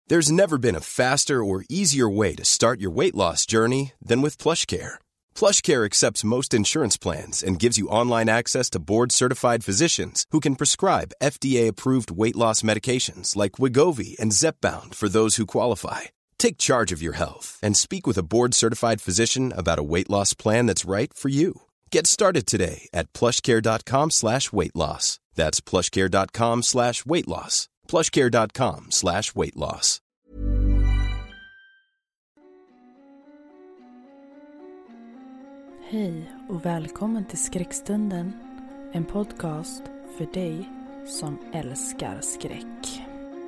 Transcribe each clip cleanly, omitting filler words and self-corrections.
There's never been a faster or easier way to start your weight loss journey than with PlushCare. PlushCare accepts most insurance plans and gives you online access to board-certified physicians who can prescribe FDA-approved weight loss medications like Wegovy and Zepbound for those who qualify. Take charge of your health and speak with a board-certified physician about a weight loss plan that's right for you. Get started today at plushcare.com/weightloss. That's plushcare.com/weightloss. plushcare.com/weightloss. Hej och välkommen till Skräckstunden, en podcast för dig som älskar skräck.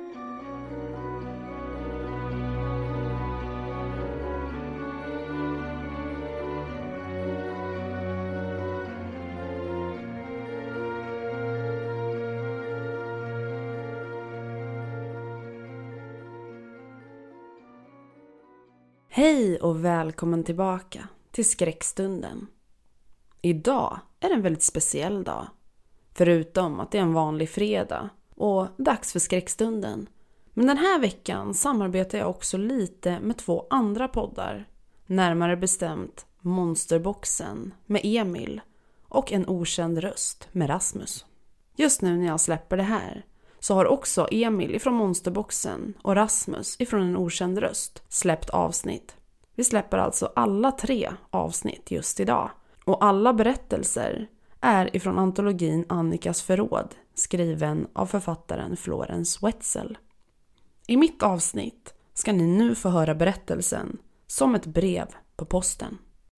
Hej och välkommen tillbaka till Skräckstunden. Idag är det en väldigt speciell dag. Förutom att det är en vanlig fredag och dags för Skräckstunden. Men den här veckan samarbetar jag också lite med 2 andra poddar. Närmare bestämt Monsterboxen med Emil och En okänd röst med Rasmus. Just nu när jag släpper det här så har också Emil ifrån Monsterboxen och Rasmus ifrån En okänd röst släppt avsnitt. Vi släpper alltså alla 3 avsnitt just idag. Och alla berättelser är ifrån antologin Annikas förråd, skriven av författaren Florence Wetzel. I mitt avsnitt ska ni nu få höra berättelsen Som ett brev på posten.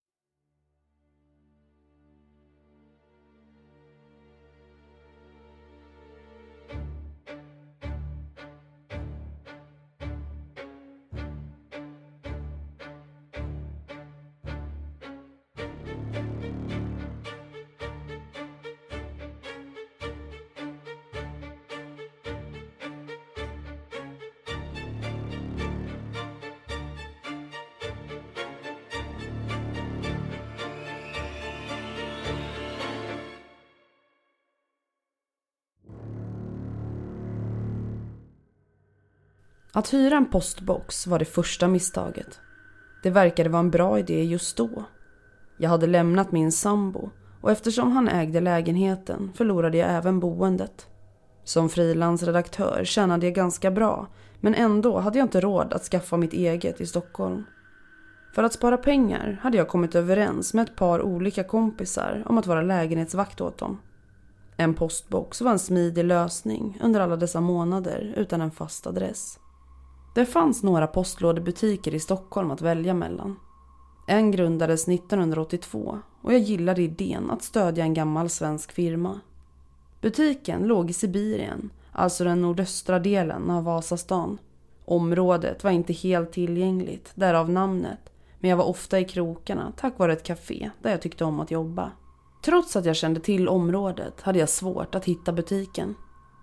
Att hyra en postbox var det första misstaget. Det verkade vara en bra idé just då. Jag hade lämnat min sambo och eftersom han ägde lägenheten förlorade jag även boendet. Som frilansredaktör tjänade jag ganska bra, men ändå hade jag inte råd att skaffa mitt eget i Stockholm. För att spara pengar hade jag kommit överens med ett par olika kompisar om att vara lägenhetsvakt åt dem. En postbox var en smidig lösning under alla dessa månader utan en fast adress. Det fanns några postlådebutiker i Stockholm att välja mellan. En grundades 1982 och jag gillade idén att stödja en gammal svensk firma. Butiken låg i Sibirien, alltså den nordöstra delen av Vasastan. Området var inte helt tillgängligt, därav namnet, men jag var ofta i krokarna tack vare ett café där jag tyckte om att jobba. Trots att jag kände till området hade jag svårt att hitta butiken.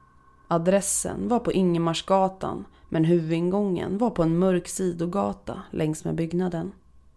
Adressen var på Ingemarsgatan, men huvudingången var på en mörk sidogata längs med byggnaden.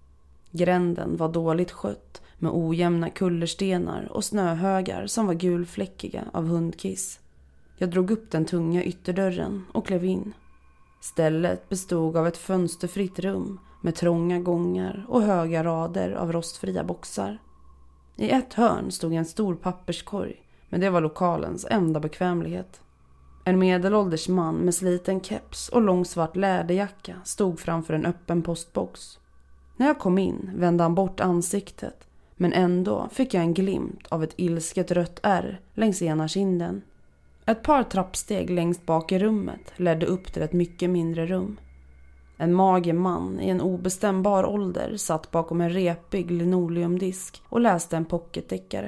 Gränden var dåligt skött med ojämna kullerstenar och snöhögar som var gulfläckiga av hundkiss. Jag drog upp den tunga ytterdörren och klev in. Stället bestod av ett fönsterfritt rum med trånga gångar och höga rader av rostfria boxar. I ett hörn stod en stor papperskorg, men det var lokalens enda bekvämlighet. En medelålders man med sliten keps och lång svart läderjacka stod framför en öppen postbox. När jag kom in vände han bort ansiktet, men ändå fick jag en glimt av ett ilsket rött ärr längs ena kinden. Ett par trappsteg längst bak i rummet ledde upp till ett mycket mindre rum. En mager man i en obestämbar ålder satt bakom en repig linoleumdisk och läste en pocketdeckare.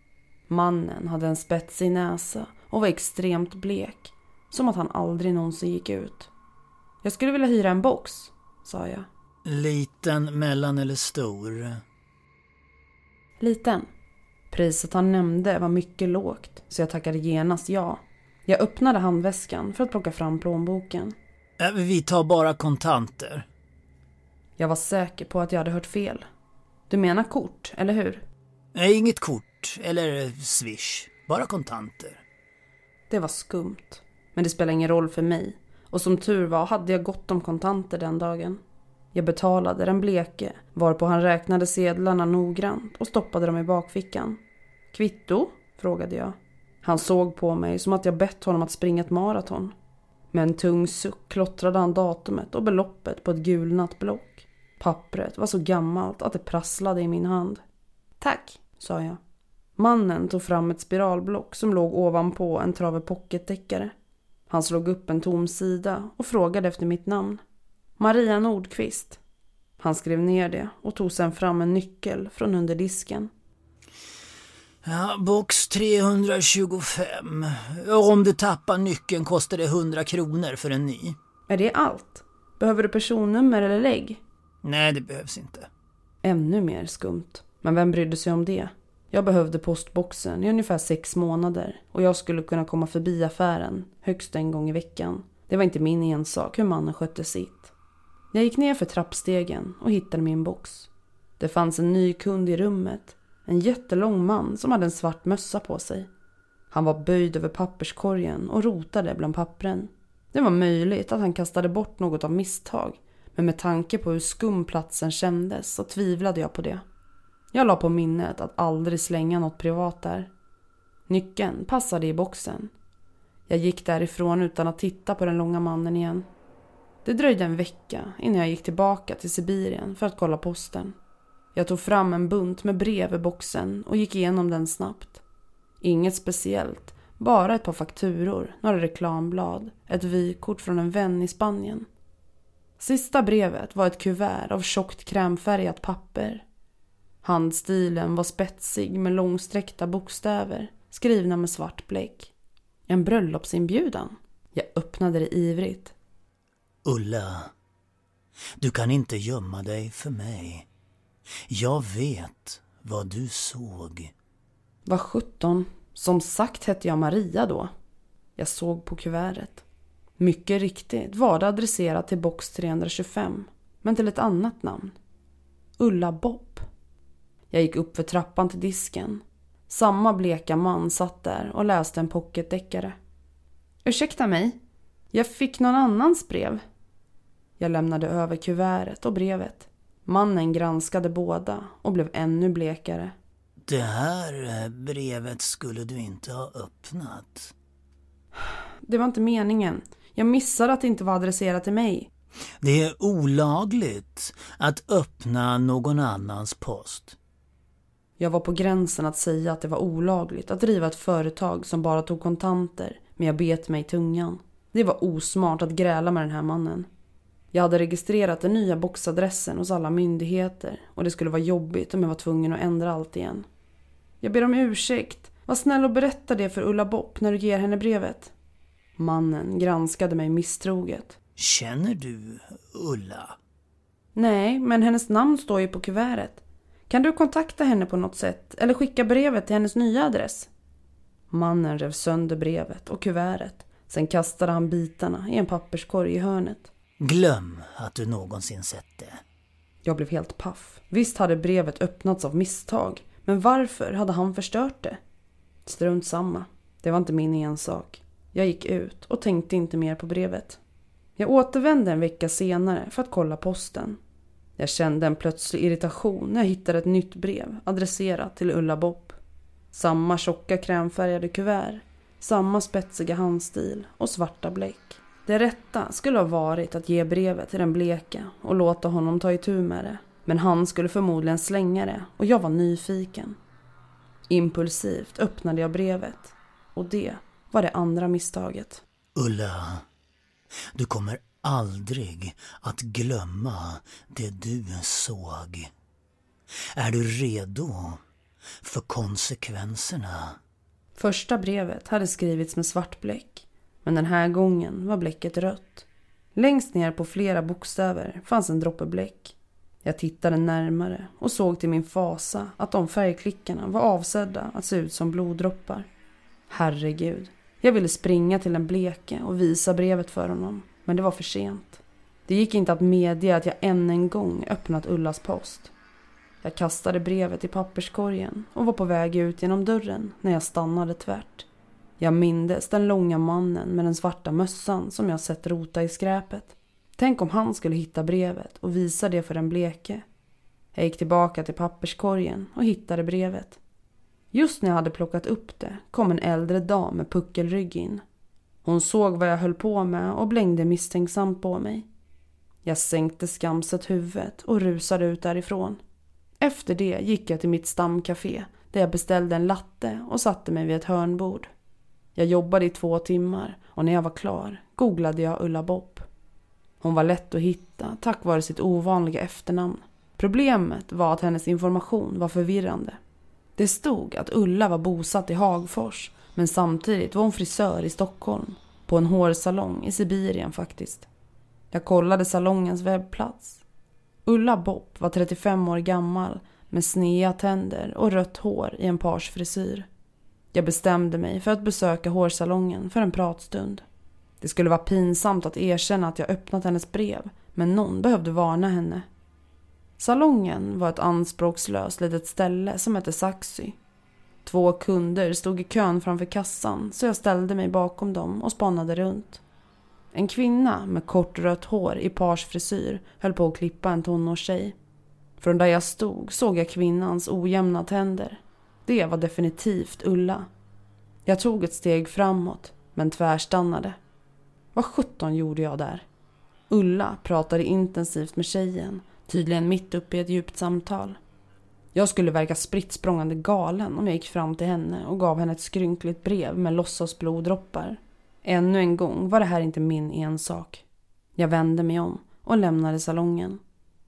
Mannen hade en spetsig näsa och var extremt blek, som att han aldrig någonsin gick ut. Jag skulle vilja hyra en box, sa jag. Liten, mellan eller stor? Liten. Priset han nämnde var mycket lågt, så jag tackade genast ja. Jag öppnade handväskan för att plocka fram plånboken. Vi tar bara kontanter. Jag var säker på att jag hade hört fel. Du menar kort, eller hur? Nej, inget kort eller swish. Bara kontanter. Det var skumt, men det spelar ingen roll för mig. Och som tur var hade jag gott om kontanter den dagen. Jag betalade den bleke, varpå han räknade sedlarna noggrant och stoppade dem i bakfickan. Kvitto? Frågade jag. Han såg på mig som att jag bett honom att springa ett maraton. Med en tung suck klottrade han datumet och beloppet på ett gulnat block. Pappret var så gammalt att det prasslade i min hand. Tack, sa jag. Mannen tog fram ett spiralblock som låg ovanpå en trave pocketdeckare. Han slog upp en tom sida och frågade efter mitt namn. Maria Nordqvist. Han skrev ner det och tog sedan fram en nyckel från under disken. Ja, box 325. Om du tappar nyckeln kostar det 100 kronor för en ny. Är det allt? Behöver du personnummer eller lägg? Nej, det behövs inte. Ännu mer skumt. Men vem brydde sig om det? Jag behövde postboxen i ungefär 6 månader och jag skulle kunna komma förbi affären högst en gång i veckan. Det var inte min ensak hur mannen skötte sitt. Jag gick ner för trappstegen och hittade min box. Det fanns en ny kund i rummet. En jättelång man som hade en svart mössa på sig. Han var böjd över papperskorgen och rotade bland pappren. Det var möjligt att han kastade bort något av misstag, men med tanke på hur skum platsen kändes så tvivlade jag på det. Jag la på minnet att aldrig slänga något privat där. Nyckeln passade i boxen. Jag gick därifrån utan att titta på den långa mannen igen. Det dröjde en vecka innan jag gick tillbaka till Sibirien för att kolla posten. Jag tog fram en bunt med brev i boxen och gick igenom den snabbt. Inget speciellt, bara ett par fakturor, några reklamblad, ett vykort från en vän i Spanien. Sista brevet var ett kuvert av tjockt krämfärgat papper. Handstilen var spetsig med långsträckta bokstäver, skrivna med svart bläck. En bröllopsinbjudan. Jag öppnade det ivrigt. Ulla, du kan inte gömma dig för mig. Jag vet vad du såg. Vad 17. Som sagt hette jag Maria då. Jag såg på kuvertet. Mycket riktigt var det adresserat till box 325, men till ett annat namn. Ulla Bopp. Jag gick upp för trappan till disken. Samma bleka man satt där och läste en pocketdeckare. Ursäkta mig, jag fick någon annans brev. Jag lämnade över kuvertet och brevet. Mannen granskade båda och blev ännu blekare. Det här brevet skulle du inte ha öppnat. Det var inte meningen. Jag missade att det inte var adresserat till mig. Det är olagligt att öppna någon annans post. Jag var på gränsen att säga att det var olagligt att driva ett företag som bara tog kontanter, men jag bet mig i tungan. Det var osmart att gräla med den här mannen. Jag hade registrerat den nya boxadressen hos alla myndigheter och det skulle vara jobbigt om jag var tvungen att ändra allt igen. Jag ber om ursäkt. Var snäll och berätta det för Ulla Bopp när du ger henne brevet. Mannen granskade mig misstroget. Känner du Ulla? Nej, men hennes namn står ju på kuvertet. Kan du kontakta henne på något sätt eller skicka brevet till hennes nya adress? Mannen rev sönder brevet och kuvertet. Sen kastade han bitarna i en papperskorg i hörnet. Glöm att du någonsin sett det. Jag blev helt paff. Visst hade brevet öppnats av misstag, men varför hade han förstört det? Strunt samma. Det var inte min ensak. Jag gick ut och tänkte inte mer på brevet. Jag återvände en vecka senare för att kolla posten. Jag kände en plötslig irritation när jag hittade ett nytt brev adresserat till Ulla Bopp. Samma tjocka krämfärgade kuvert, samma spetsiga handstil och svarta bläck. Det rätta skulle ha varit att ge brevet till den bleka och låta honom ta itu med det. Men han skulle förmodligen slänga det och jag var nyfiken. Impulsivt öppnade jag brevet och det var det andra misstaget. Ulla, du kommer aldrig att glömma det du såg. Är du redo för konsekvenserna? Första brevet hade skrivits med svart bläck, men den här gången var bläcket rött. Längst ner på flera bokstäver fanns en droppe bläck. Jag tittade närmare och såg till min fasa att de färgklickarna var avsedda att se ut som bloddroppar. Herregud, jag ville springa till den bleke och visa brevet för honom, men det var för sent. Det gick inte att medge att jag än en gång öppnat Ullas post. Jag kastade brevet i papperskorgen och var på väg ut genom dörren när jag stannade tvärt. Jag mindes den långa mannen med den svarta mössan som jag sett rota i skräpet. Tänk om han skulle hitta brevet och visa det för den bleke. Jag gick tillbaka till papperskorgen och hittade brevet. Just när jag hade plockat upp det kom en äldre dam med puckelrygg in. Hon såg vad jag höll på med och blängde misstänksamt på mig. Jag sänkte skamset huvudet och rusade ut därifrån. Efter det gick jag till mitt stamcafé där jag beställde en latte och satte mig vid ett hörnbord. Jag jobbade i 2 timmar och när jag var klar googlade jag Ulla Bopp. Hon var lätt att hitta tack vare sitt ovanliga efternamn. Problemet var att hennes information var förvirrande. Det stod att Ulla var bosatt i Hagfors, men samtidigt var hon frisör i Stockholm, på en hårsalong i Sibirien faktiskt. Jag kollade salongens webbplats. Ulla Bopp var 35 år gammal med sneda tänder och rött hår i en parsfrisyr. Jag bestämde mig för att besöka hårsalongen för en pratstund. Det skulle vara pinsamt att erkänna att jag öppnat hennes brev, men någon behövde varna henne. Salongen var ett anspråkslöst litet ställe som hette Saxy. 2 kunder stod i kön framför kassan så jag ställde mig bakom dem och spannade runt. En kvinna med kort rött hår i parsfrisyr höll på att klippa en tonårstjej. Från där jag stod såg jag kvinnans ojämna tänder. Det var definitivt Ulla. Jag tog ett steg framåt men tvärstannade. Vad 17 gjorde jag där? Ulla pratade intensivt med tjejen, tydligen mitt uppe i ett djupt samtal. Jag skulle verka spritt språngande galen om jag gick fram till henne och gav henne ett skrynkligt brev med låtsasbloddroppar. Ännu en gång var det här inte min ensak. Jag vände mig om och lämnade salongen.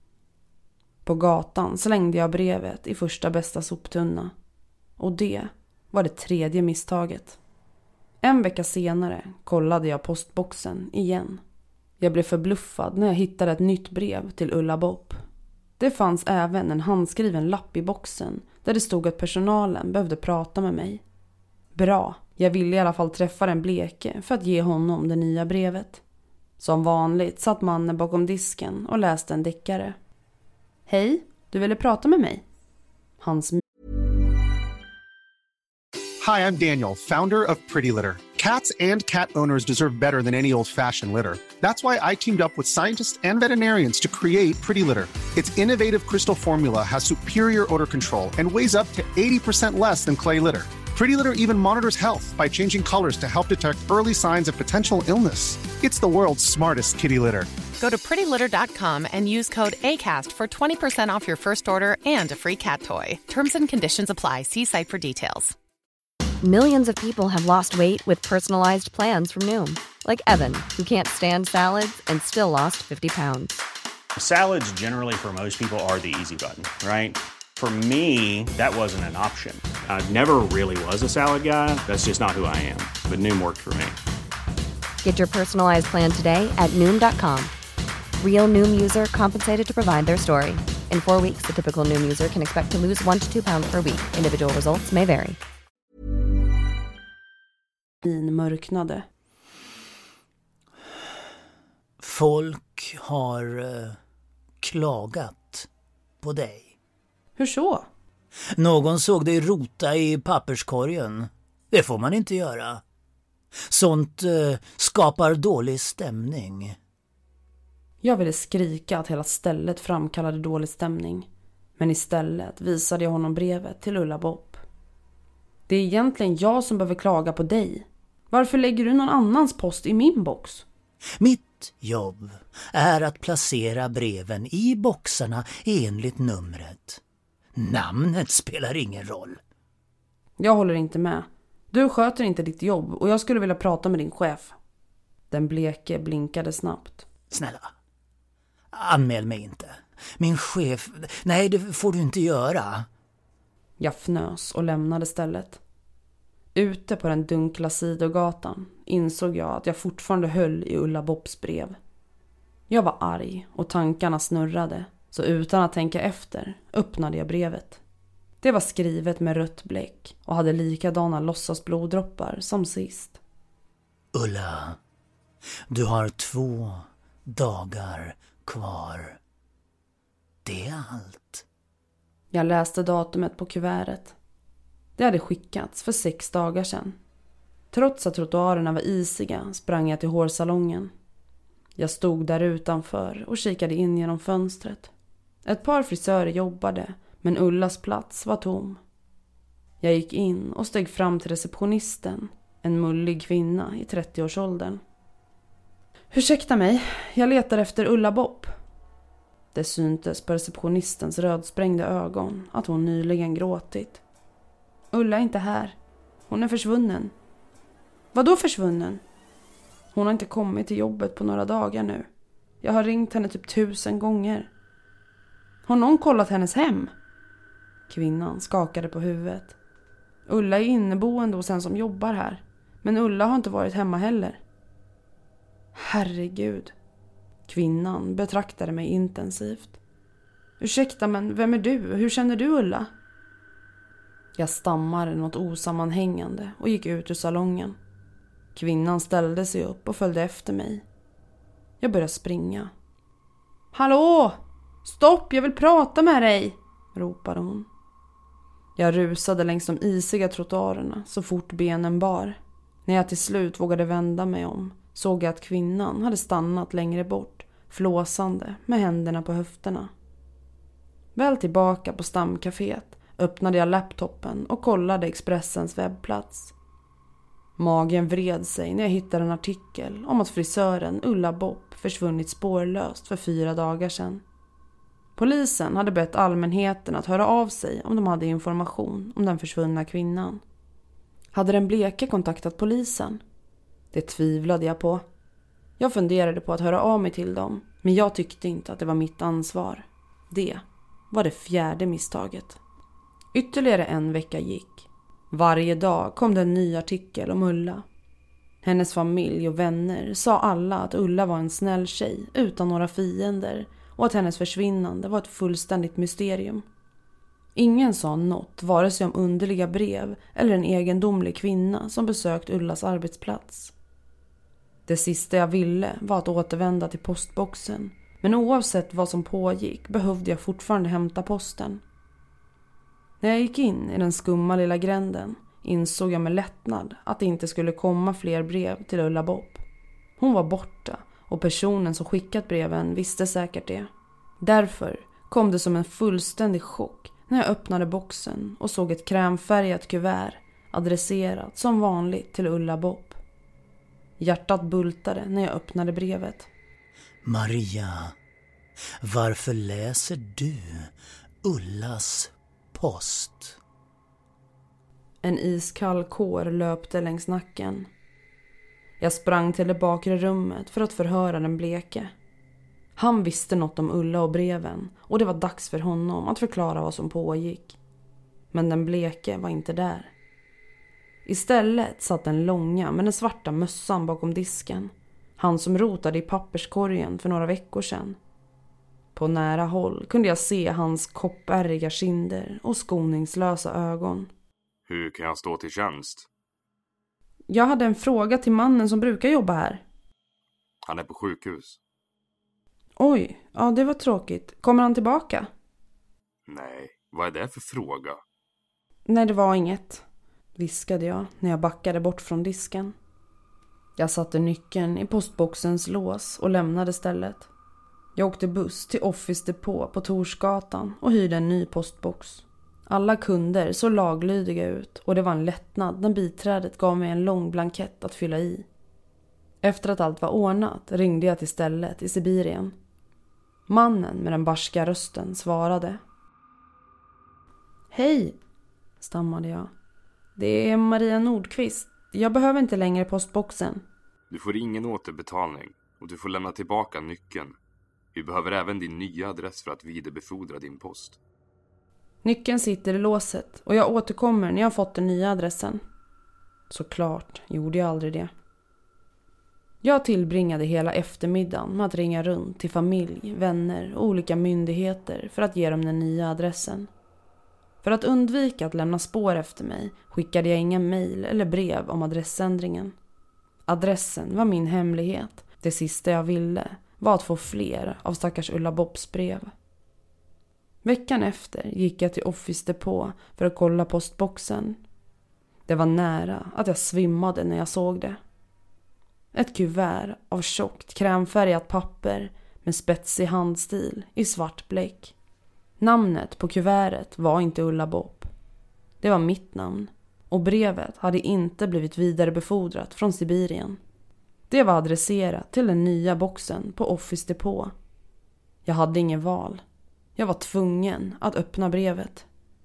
På gatan slängde jag brevet i första bästa soptunna. Och det var det 3:e misstaget. En vecka senare kollade jag postboxen igen. Jag blev förbluffad när jag hittade ett nytt brev till Ulla Bopp. Det fanns även en handskriven lapp i boxen där det stod att personalen behövde prata med mig. Bra, jag ville i alla fall träffa den bleke för att ge honom det nya brevet. Som vanligt satt mannen bakom disken och läste en deckare. Hej, du ville prata med mig? Hans Hi, I'm Daniel, founder of Pretty Litter. Cats and cat owners deserve better than any old-fashioned litter. That's why I teamed up with scientists and veterinarians to create Pretty Litter. Its innovative crystal formula has superior odor control and weighs up to 80% less than clay litter. Pretty Litter even monitors health by changing colors to help detect early signs of potential illness. It's the world's smartest kitty litter. Go to prettylitter.com and use code ACAST for 20% off your first order and a free cat toy. Terms and conditions apply. See site for details. Millions of people have lost weight with personalized plans from Noom. Like Evan, who can't stand salads and still lost 50 pounds. Salads generally for most people are the easy button, right? For me, that wasn't an option. I never really was a salad guy. That's just not who I am. But Noom worked for me. Get your personalized plan today at Noom.com. Real Noom user compensated to provide their story. In 4 weeks, the typical Noom user can expect to lose 1 to 2 pounds per week. Individual results may vary. mörknade. Folk har klagat på dig. Hur så? Någon såg dig rota i papperskorgen. Det får man inte göra. Sånt skapar dålig stämning. Jag ville skrika att hela stället framkallade dålig stämning. Men istället visade jag honom brevet till Ulla Bopp. Det är egentligen jag som behöver klaga på dig. Varför lägger du någon annans post i min box? Mitt jobb är att placera breven i boxarna enligt numret. Namnet spelar ingen roll. Jag håller inte med. Du sköter inte ditt jobb och jag skulle vilja prata med din chef. Den bleke blinkade snabbt. Snälla, anmäl mig inte. Min chef... Nej, det får du inte göra. Jag fnös och lämnade stället. Ute på den dunkla sidogatan insåg jag att jag fortfarande höll i Ulla Bopps brev. Jag var arg och tankarna snurrade, så utan att tänka efter öppnade jag brevet. Det var skrivet med rött bläck och hade likadana låtsasbloddroppar som sist. Ulla, du har 2 dagar kvar. Det är allt. Jag läste datumet på kuvertet. Det hade skickats för 6 dagar sedan. Trots att trottoarerna var isiga sprang jag till hårsalongen. Jag stod där utanför och kikade in genom fönstret. Ett par frisörer jobbade, men Ullas plats var tom. Jag gick in och steg fram till receptionisten, en mullig kvinna i 30-årsåldern. Ursäkta mig, jag letar efter Ulla Bopp. Det syntes på receptionistens rödsprängda ögon att hon nyligen gråtit. Ulla är inte här. Hon är försvunnen. Vadå försvunnen? Hon har inte kommit till jobbet på några dagar nu. Jag har ringt henne typ 1000 gånger. Har någon kollat hennes hem? Kvinnan skakade på huvudet. Ulla är inneboende hos en som jobbar här. Men Ulla har inte varit hemma heller. Herregud. Kvinnan betraktade mig intensivt. Ursäkta, men vem är du? Hur känner du Ulla? Jag stammade något osammanhängande och gick ut ur salongen. Kvinnan ställde sig upp och följde efter mig. Jag började springa. Hallå! Stopp, jag vill prata med dig! Ropade hon. Jag rusade längs de isiga trottoarerna så fort benen bar. När jag till slut vågade vända mig om såg jag att kvinnan hade stannat längre bort, flåsande med händerna på höfterna. Väl tillbaka på stamcaféet öppnade jag laptopen och kollade Expressens webbplats. Magen vred sig när jag hittade en artikel om att frisören Ulla Bopp försvunnit spårlöst för 4 dagar sedan. Polisen hade bett allmänheten att höra av sig om de hade information om den försvunna kvinnan. Hade den bleke kontaktat polisen? Det tvivlade jag på. Jag funderade på att höra av mig till dem, men jag tyckte inte att det var mitt ansvar. Det var det 4:e misstaget. Ytterligare en vecka gick. Varje dag kom det en ny artikel om Ulla. Hennes familj och vänner sa alla att Ulla var en snäll tjej utan några fiender och att hennes försvinnande var ett fullständigt mysterium. Ingen sa något, vare sig om underliga brev eller en egendomlig kvinna som besökt Ullas arbetsplats. Det sista jag ville var att återvända till postboxen, men oavsett vad som pågick behövde jag fortfarande hämta posten. När jag gick in i den skumma lilla gränden insåg jag med lättnad att det inte skulle komma fler brev till Ulla Bopp. Hon var borta och personen som skickat breven visste säkert det. Därför kom det som en fullständig chock när jag öppnade boxen och såg ett krämfärgat kuvert adresserat som vanligt till Ulla Bopp. Hjärtat bultade när jag öppnade brevet. Maria, varför läser du Ullas post? En iskall kår löpte längs nacken. Jag sprang till det bakre rummet för att förhöra den bleke. Han visste något om Ulla och breven och det var dags för honom att förklara vad som pågick. Men den bleke var inte där. Istället satt den långa med den svarta mössan bakom disken. Han som rotade i papperskorgen för några veckor sedan. På nära håll kunde jag se hans koppärriga kinder och skoningslösa ögon. Hur kan jag stå till tjänst? Jag hade en fråga till mannen som brukar jobba här. Han är på sjukhus. Oj, ja det var tråkigt. Kommer han tillbaka? Nej, vad är det för fråga? Nej, det var inget, viskade jag när jag backade bort från disken. Jag satte nyckeln i postboxens lås och lämnade stället. Jag åkte buss till Office Depot på Torsgatan och hyrde en ny postbox. Alla kunder såg laglydiga ut och det var en lättnad när biträdet gav mig en lång blankett att fylla i. Efter att allt var ordnat ringde jag till stället i Sibirien. Mannen med den barska rösten svarade. Hej, stammade jag. Det är Maria Nordqvist. Jag behöver inte längre postboxen. Du får ingen återbetalning och du får lämna tillbaka nyckeln. Vi behöver även din nya adress för att vidarebefordra din post. Nyckeln sitter i låset och jag återkommer när jag har fått den nya adressen. Såklart gjorde jag aldrig det. Jag tillbringade hela eftermiddagen med att ringa runt till familj, vänner och olika myndigheter för att ge dem den nya adressen. För att undvika att lämna spår efter mig skickade jag inga mejl eller brev om adressändringen. Adressen var min hemlighet. Det sista jag ville var att få fler av stackars Ulla Bopps brev. Veckan efter gick jag till Office Depot för att kolla postboxen. Det var nära att jag svimmade när jag såg det. Ett kuvert av tjockt krämfärgat papper med spetsig handstil i svart bläck. Namnet på kuvertet var inte Ulla Bopp. Det var mitt namn och brevet hade inte blivit vidarebefordrat från Sibirien. Det var adresserat till den nya boxen på Office Depot. Jag hade ingen val. Jag var tvungen att öppna brevet.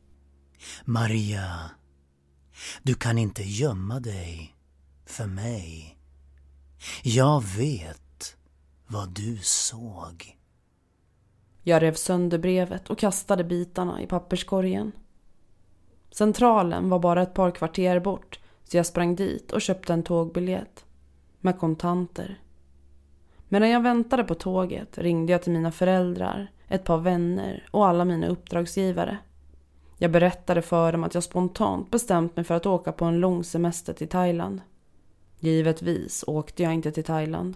Maria, du kan inte gömma dig för mig. Jag vet vad du såg. Jag rev sönder brevet och kastade bitarna i papperskorgen. Centralen var bara ett par kvarter bort, så jag sprang dit och köpte en tågbiljett med kontanter. Medan jag väntade på tåget ringde jag till mina föräldrar, ett par vänner och alla mina uppdragsgivare. Jag berättade för dem att jag spontant bestämt mig för att åka på en lång semester till Thailand. Givetvis åkte jag inte till Thailand.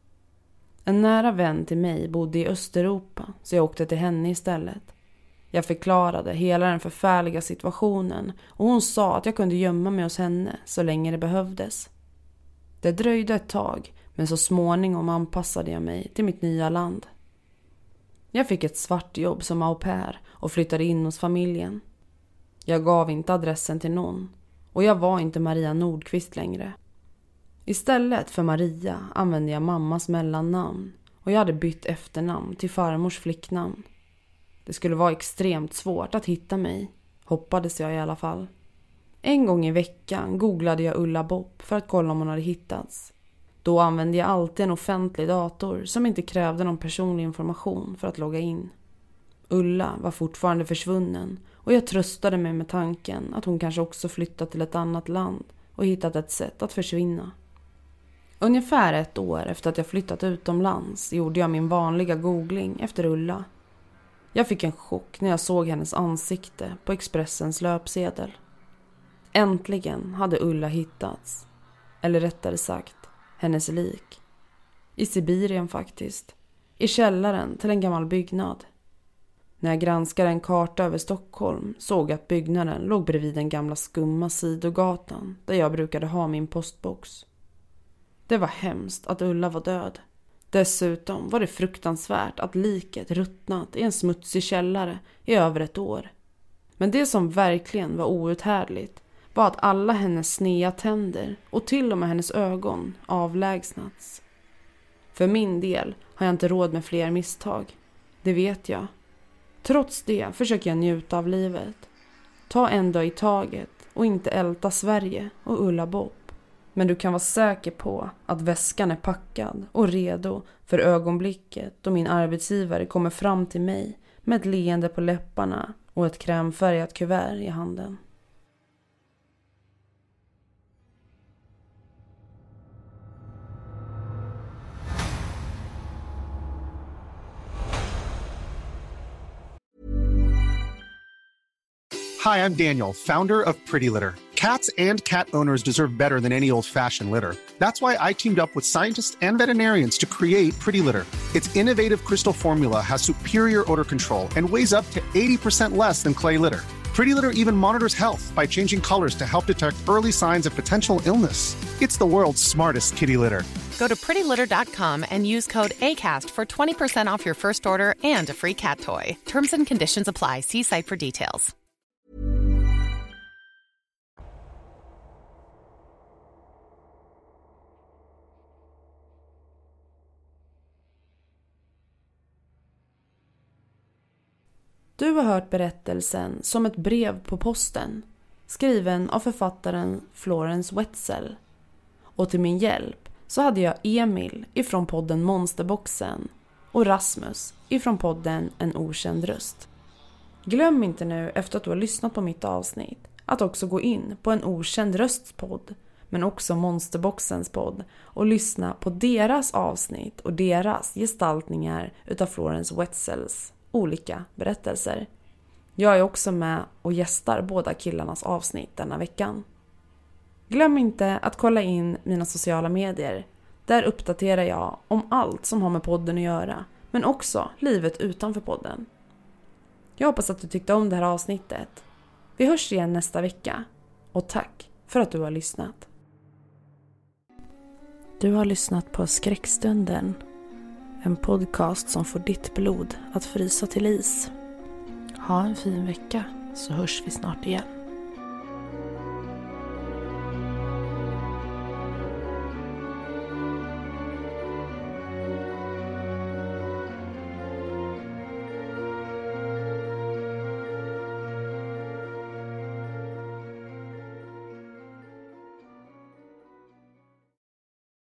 En nära vän till mig bodde i Östeuropa, så jag åkte till henne istället. Jag förklarade hela den förfärliga situationen och hon sa att jag kunde gömma mig hos henne så länge det behövdes. Det dröjde ett tag, men så småningom anpassade jag mig till mitt nya land. Jag fick ett svart jobb som au pair och flyttade in hos familjen. Jag gav inte adressen till någon och jag var inte Maria Nordqvist längre. Istället för Maria använde jag mammas mellannamn och jag hade bytt efternamn till farmors flicknamn. Det skulle vara extremt svårt att hitta mig, hoppades jag i alla fall. En gång i veckan googlade jag Ulla Bopp för att kolla om hon hade hittats. Då använde jag alltid en offentlig dator som inte krävde någon personlig information för att logga in. Ulla var fortfarande försvunnen och jag tröstade mig med tanken att hon kanske också flyttat till ett annat land och hittat ett sätt att försvinna. Ungefär ett år efter att jag flyttat utomlands gjorde jag min vanliga googling efter Ulla. Jag fick en chock när jag såg hennes ansikte på Expressens löpsedel. Äntligen hade Ulla hittats. Eller rättare sagt, hennes lik. I Sibirien faktiskt. I källaren till en gammal byggnad. När jag granskade en karta över Stockholm såg jag att byggnaden låg bredvid den gamla skumma sidogatan där jag brukade ha min postbox. Det var hemskt att Ulla var död. Dessutom var det fruktansvärt att liket ruttnat i en smutsig källare i över ett år. Men det som verkligen var outhärdligt var att alla hennes sneda tänder och till och med hennes ögon avlägsnats. För min del har jag inte råd med fler misstag. Det vet jag. Trots det försöker jag njuta av livet. Ta en dag i taget och inte älta Sverige och Ulla Bopp. Men du kan vara säker på att väskan är packad och redo för ögonblicket då min arbetsgivare kommer fram till mig med ett leende på läpparna och ett krämfärgat kuvert i handen. Hi, I'm Daniel, founder of Pretty Litter. Cats and cat owners deserve better than any old-fashioned litter. That's why I teamed up with scientists and veterinarians to create Pretty Litter. Its innovative crystal formula has superior odor control and weighs up to 80% less than clay litter. Pretty Litter even monitors health by changing colors to help detect early signs of potential illness. It's the world's smartest kitty litter. Go to prettylitter.com and use code ACAST for 20% off your first order and a free cat toy. Terms and conditions apply. See site for details. Du har hört berättelsen Som ett brev på posten, skriven av författaren Florence Wetzel. Och till min hjälp så hade jag Emil ifrån podden Monsterboxen och Rasmus ifrån podden En okänd röst. Glöm inte nu efter att du har lyssnat på mitt avsnitt att också gå in på En okänd rösts podd, men också Monsterboxens podd, och lyssna på deras avsnitt och deras gestaltningar utav Florence Wetzels olika berättelser. Jag är också med och gästar båda killarnas avsnitt denna veckan. Glöm inte att kolla in mina sociala medier. Där uppdaterar jag om allt som har med podden att göra, men också livet utanför podden. Jag hoppas att du tyckte om det här avsnittet. Vi hörs igen nästa vecka. Och tack för att du har lyssnat. Du har lyssnat på Skräckstunden, en podcast som får ditt blod att frysa till is. Ha en fin vecka, så hörs vi snart igen.